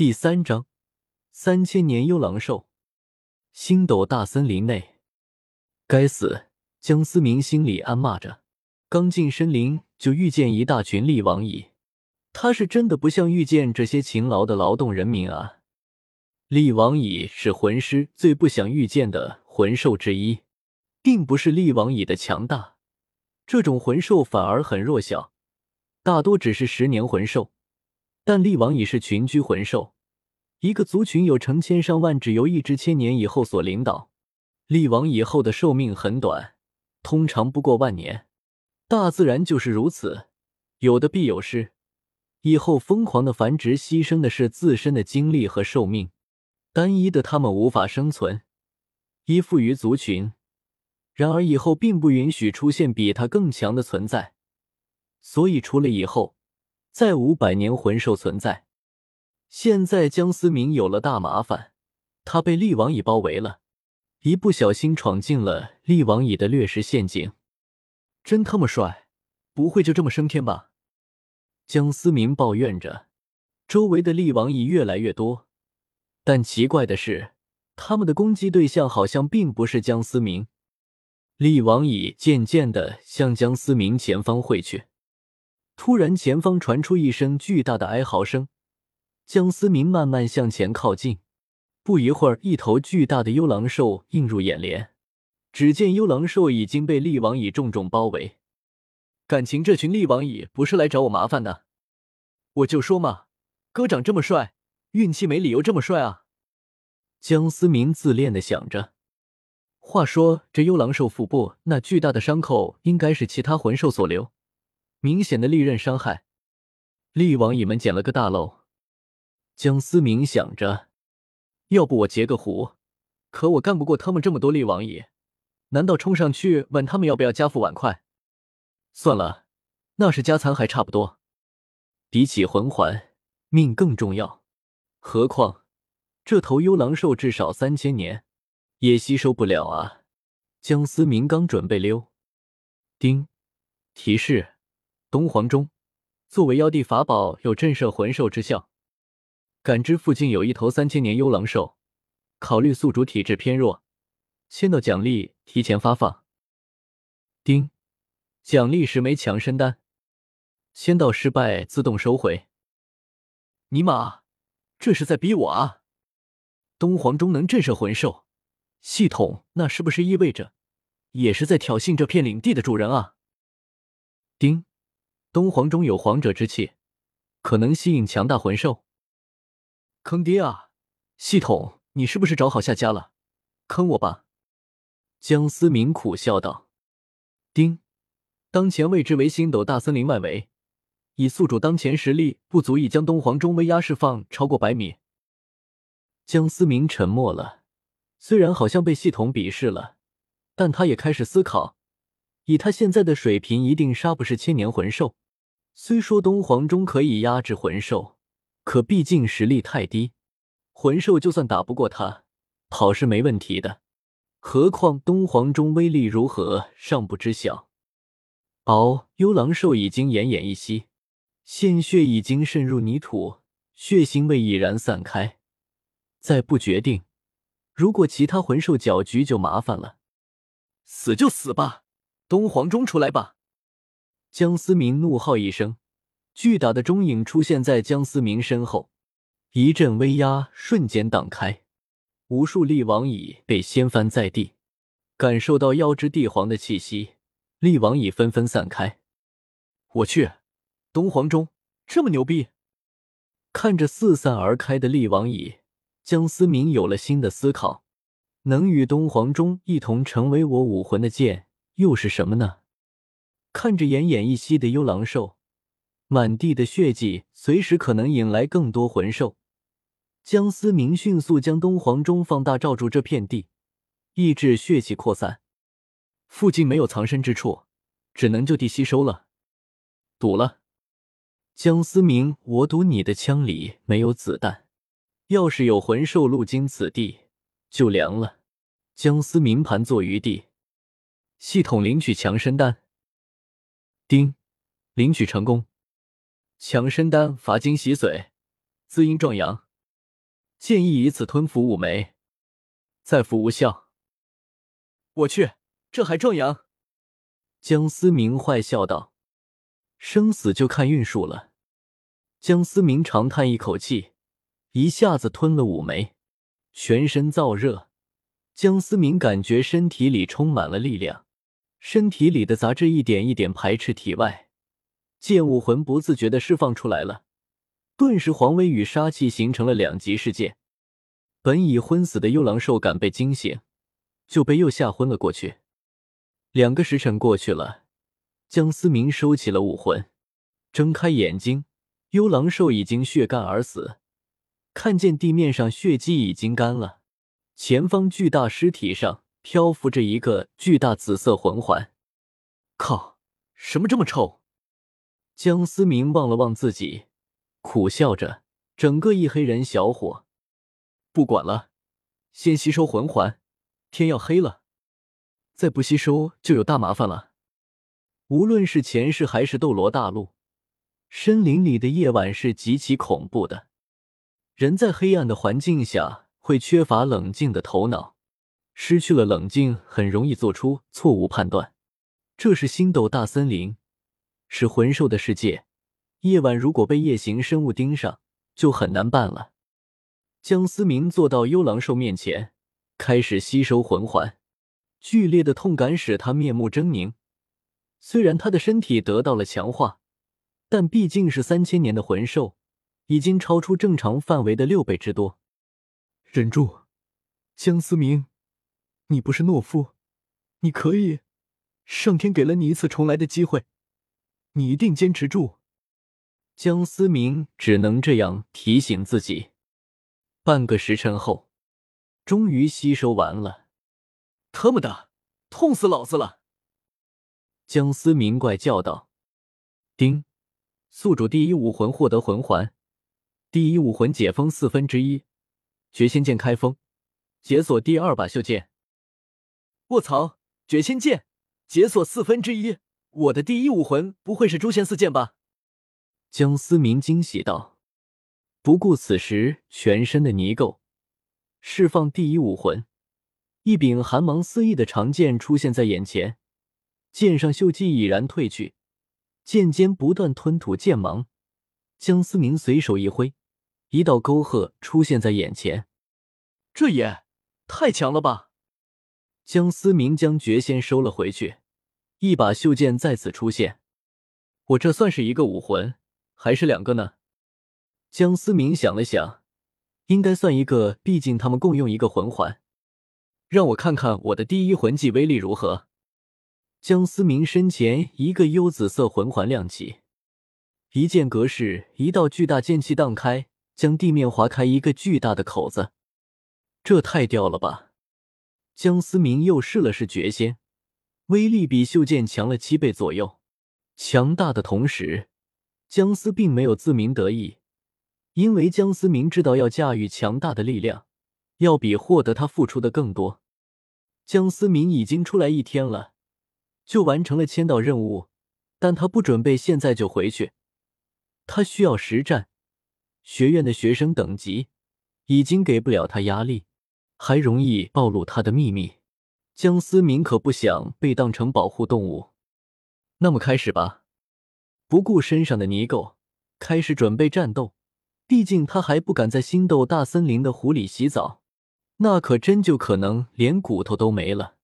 第3章3000年幽狼兽。星斗大森林内，该死！江思明心里暗骂着。刚进森林就遇见一大群力王蚁，他是真的不像遇见这些勤劳的劳动人民啊！力王蚁是魂师最不想遇见的魂兽之一，并不是力王蚁的强大，这种魂兽反而很弱小，大多只是10年魂兽。但力王蚁是群居魂兽，一个族群有成千上万，只由一只千年蚁后所领导。力王蚁后的寿命很短，通常不过10000年。大自然就是如此，有的必有失。蚁后疯狂的繁殖，牺牲的是自身的精力和寿命，单一的它们无法生存，依附于族群。然而蚁后并不允许出现比它更强的存在，所以除了蚁后，再无100年魂兽存在。现在江思明有了大麻烦，他被力王蚁包围了，一不小心闯进了力王蚁的掠食陷阱。真他妈帅，不会就这么升天吧？江思明抱怨着。周围的力王蚁越来越多，但奇怪的是，他们的攻击对象好像并不是江思明。力王蚁渐渐地向江思明前方汇去。突然前方传出一声巨大的哀嚎声，江思明慢慢向前靠近。不一会儿，一头巨大的幽狼兽映入眼帘。只见幽狼兽已经被力王蚁重重包围。感情这群力王蚁不是来找我麻烦的，我就说嘛，哥长这么帅，运气没理由这么帅啊！江思明自恋地想着。话说这幽狼兽腹部那巨大的伤口应该是其他魂兽所留，明显的利刃伤害，力王蚁们捡了个大漏。江思明想着，要不我截个胡，可我干不过他们这么多力王蚁，难道冲上去问他们要不要加副碗筷？算了，那是加餐还差不多。比起魂环，命更重要。何况这头幽狼兽至少3000年，也吸收不了啊！江思明刚准备溜，叮，提示：东皇钟作为妖帝法宝，有震慑魂兽之效。感知附近有一头3000年幽狼兽，考虑宿主体质偏弱，签到奖励提前发放。叮，奖励10枚强身丹，签到失败自动收回。尼玛，这是在逼我啊！东皇钟能震慑魂兽，系统那是不是意味着也是在挑衅这片领地的主人啊？叮，东皇钟有皇者之气，可能吸引强大魂兽。坑爹啊！系统，你是不是找好下家了？坑我吧！江思明苦笑道。叮，当前位置为星斗大森林外围，以宿主当前实力不足以将东皇钟威压释放超过100米。江思明沉默了，虽然好像被系统鄙视了，但他也开始思考，以他现在的水平一定杀不是千年魂兽。虽说东皇钟可以压制魂兽，可毕竟实力太低，魂兽就算打不过他，跑是没问题的。何况东皇钟威力如何尚不知晓。幽狼兽已经奄奄一息，鲜血已经渗入泥土，血腥味已然散开。再不决定，如果其他魂兽搅局就麻烦了。死就死吧，东皇钟出来吧！江思明怒号一声，巨大的钟影出现在江思明身后，一阵威压瞬间荡开，无数力王蚁被掀翻在地。感受到妖之帝皇的气息，力王蚁纷纷散开。我去，东皇钟这么牛逼！看着四散而开的力王蚁，江思明有了新的思考。能与东皇钟一同成为我武魂的剑又是什么呢？看着奄奄一息的幽狼兽，满地的血迹随时可能引来更多魂兽。江思明迅速将东皇钟放大，罩住这片地，抑制血气扩散。附近没有藏身之处，只能就地吸收了。赌了。江思明，我赌你的枪里没有子弹。要是有魂兽路经此地，就凉了。江思明盘坐于地，系统领取强身丹。叮，领取成功。强身丹伐精洗髓，滋阴壮阳， 建议以此吞服5枚，再服无效。 我去，这还壮阳！ 江思明坏笑道：“生死就看运数了。”江思明长叹一口气，一下子吞了5枚，全身燥热。江思明感觉身体里充满了力量，身体里的杂质一点一点排斥体外，剑武魂不自觉地释放出来了，顿时黄威与杀气形成了2级世界。本已昏死的幽狼兽感被惊醒，就被又吓昏了过去。2个时辰过去了，江思明收起了武魂，睁开眼睛，幽狼兽已经血干而死，看见地面上血迹已经干了，前方巨大尸体上漂浮着一个巨大紫色魂环。 靠，什么这么臭？ 江思明望了望自己，苦笑着，整个一黑人小伙。不管了，先吸收魂环，天要黑了，再不吸收就有大麻烦了。无论是前世还是斗罗大陆，森林里的夜晚是极其恐怖的，人在黑暗的环境下会缺乏冷静的头脑，失去了冷静很容易做出错误判断。这是星斗大森林，是魂兽的世界，夜晚如果被夜行生物盯上，就很难办了。江思明坐到幽狼兽面前，开始吸收魂环，剧烈的痛感使他面目狰狞。虽然他的身体得到了强化，但毕竟是3000年的魂兽，已经超出正常范围的6倍之多。忍住，江思明，你不是懦夫，你可以，上天给了你一次重来的机会，你一定坚持住。江思明只能这样提醒自己。半个时辰后，终于吸收完了。 他妈的，痛死老子了！ 江思明怪叫道。丁，宿主第一武魂获得魂环，第一武魂解封1/4，绝仙剑开封，解锁第2把袖剑。 卧槽，绝仙剑解锁1/4，我的第一武魂不会是诛仙4剑吧？ 江思明惊喜道。不顾此时全身的泥垢，释放第一武魂，一柄寒芒四溢的长剑出现在眼前，剑上锈迹已然褪去，剑尖不断吞吐剑芒。江思明随手一挥，一道沟壑出现在眼前。 这也太强了吧！ 江思明将绝仙收了回去，一把袖剑再次出现。我这算是一个武魂，还是2个呢？江思明想了想，应该算一个，毕竟他们共用一个魂环。让我看看我的第一魂技威力如何。江思明身前一个幽紫色魂环亮起，一剑格式，一道巨大剑气荡开，将地面划开一个巨大的口子。这太屌了吧！江思明又试了试绝仙，威力比袖剑强了7倍左右。强大的同时，江思并没有自鸣得意，因为江思明知道要驾驭强大的力量，要比获得他付出的更多。江思明已经出来1天了，就完成了签到任务，但他不准备现在就回去，他需要实战。学院的学生等级已经给不了他压力，还容易暴露他的秘密。江思明可不想被当成保护动物。那么开始吧。不顾身上的泥垢，开始准备战斗。毕竟他还不敢在星斗大森林的湖里洗澡，那可真就可能连骨头都没了。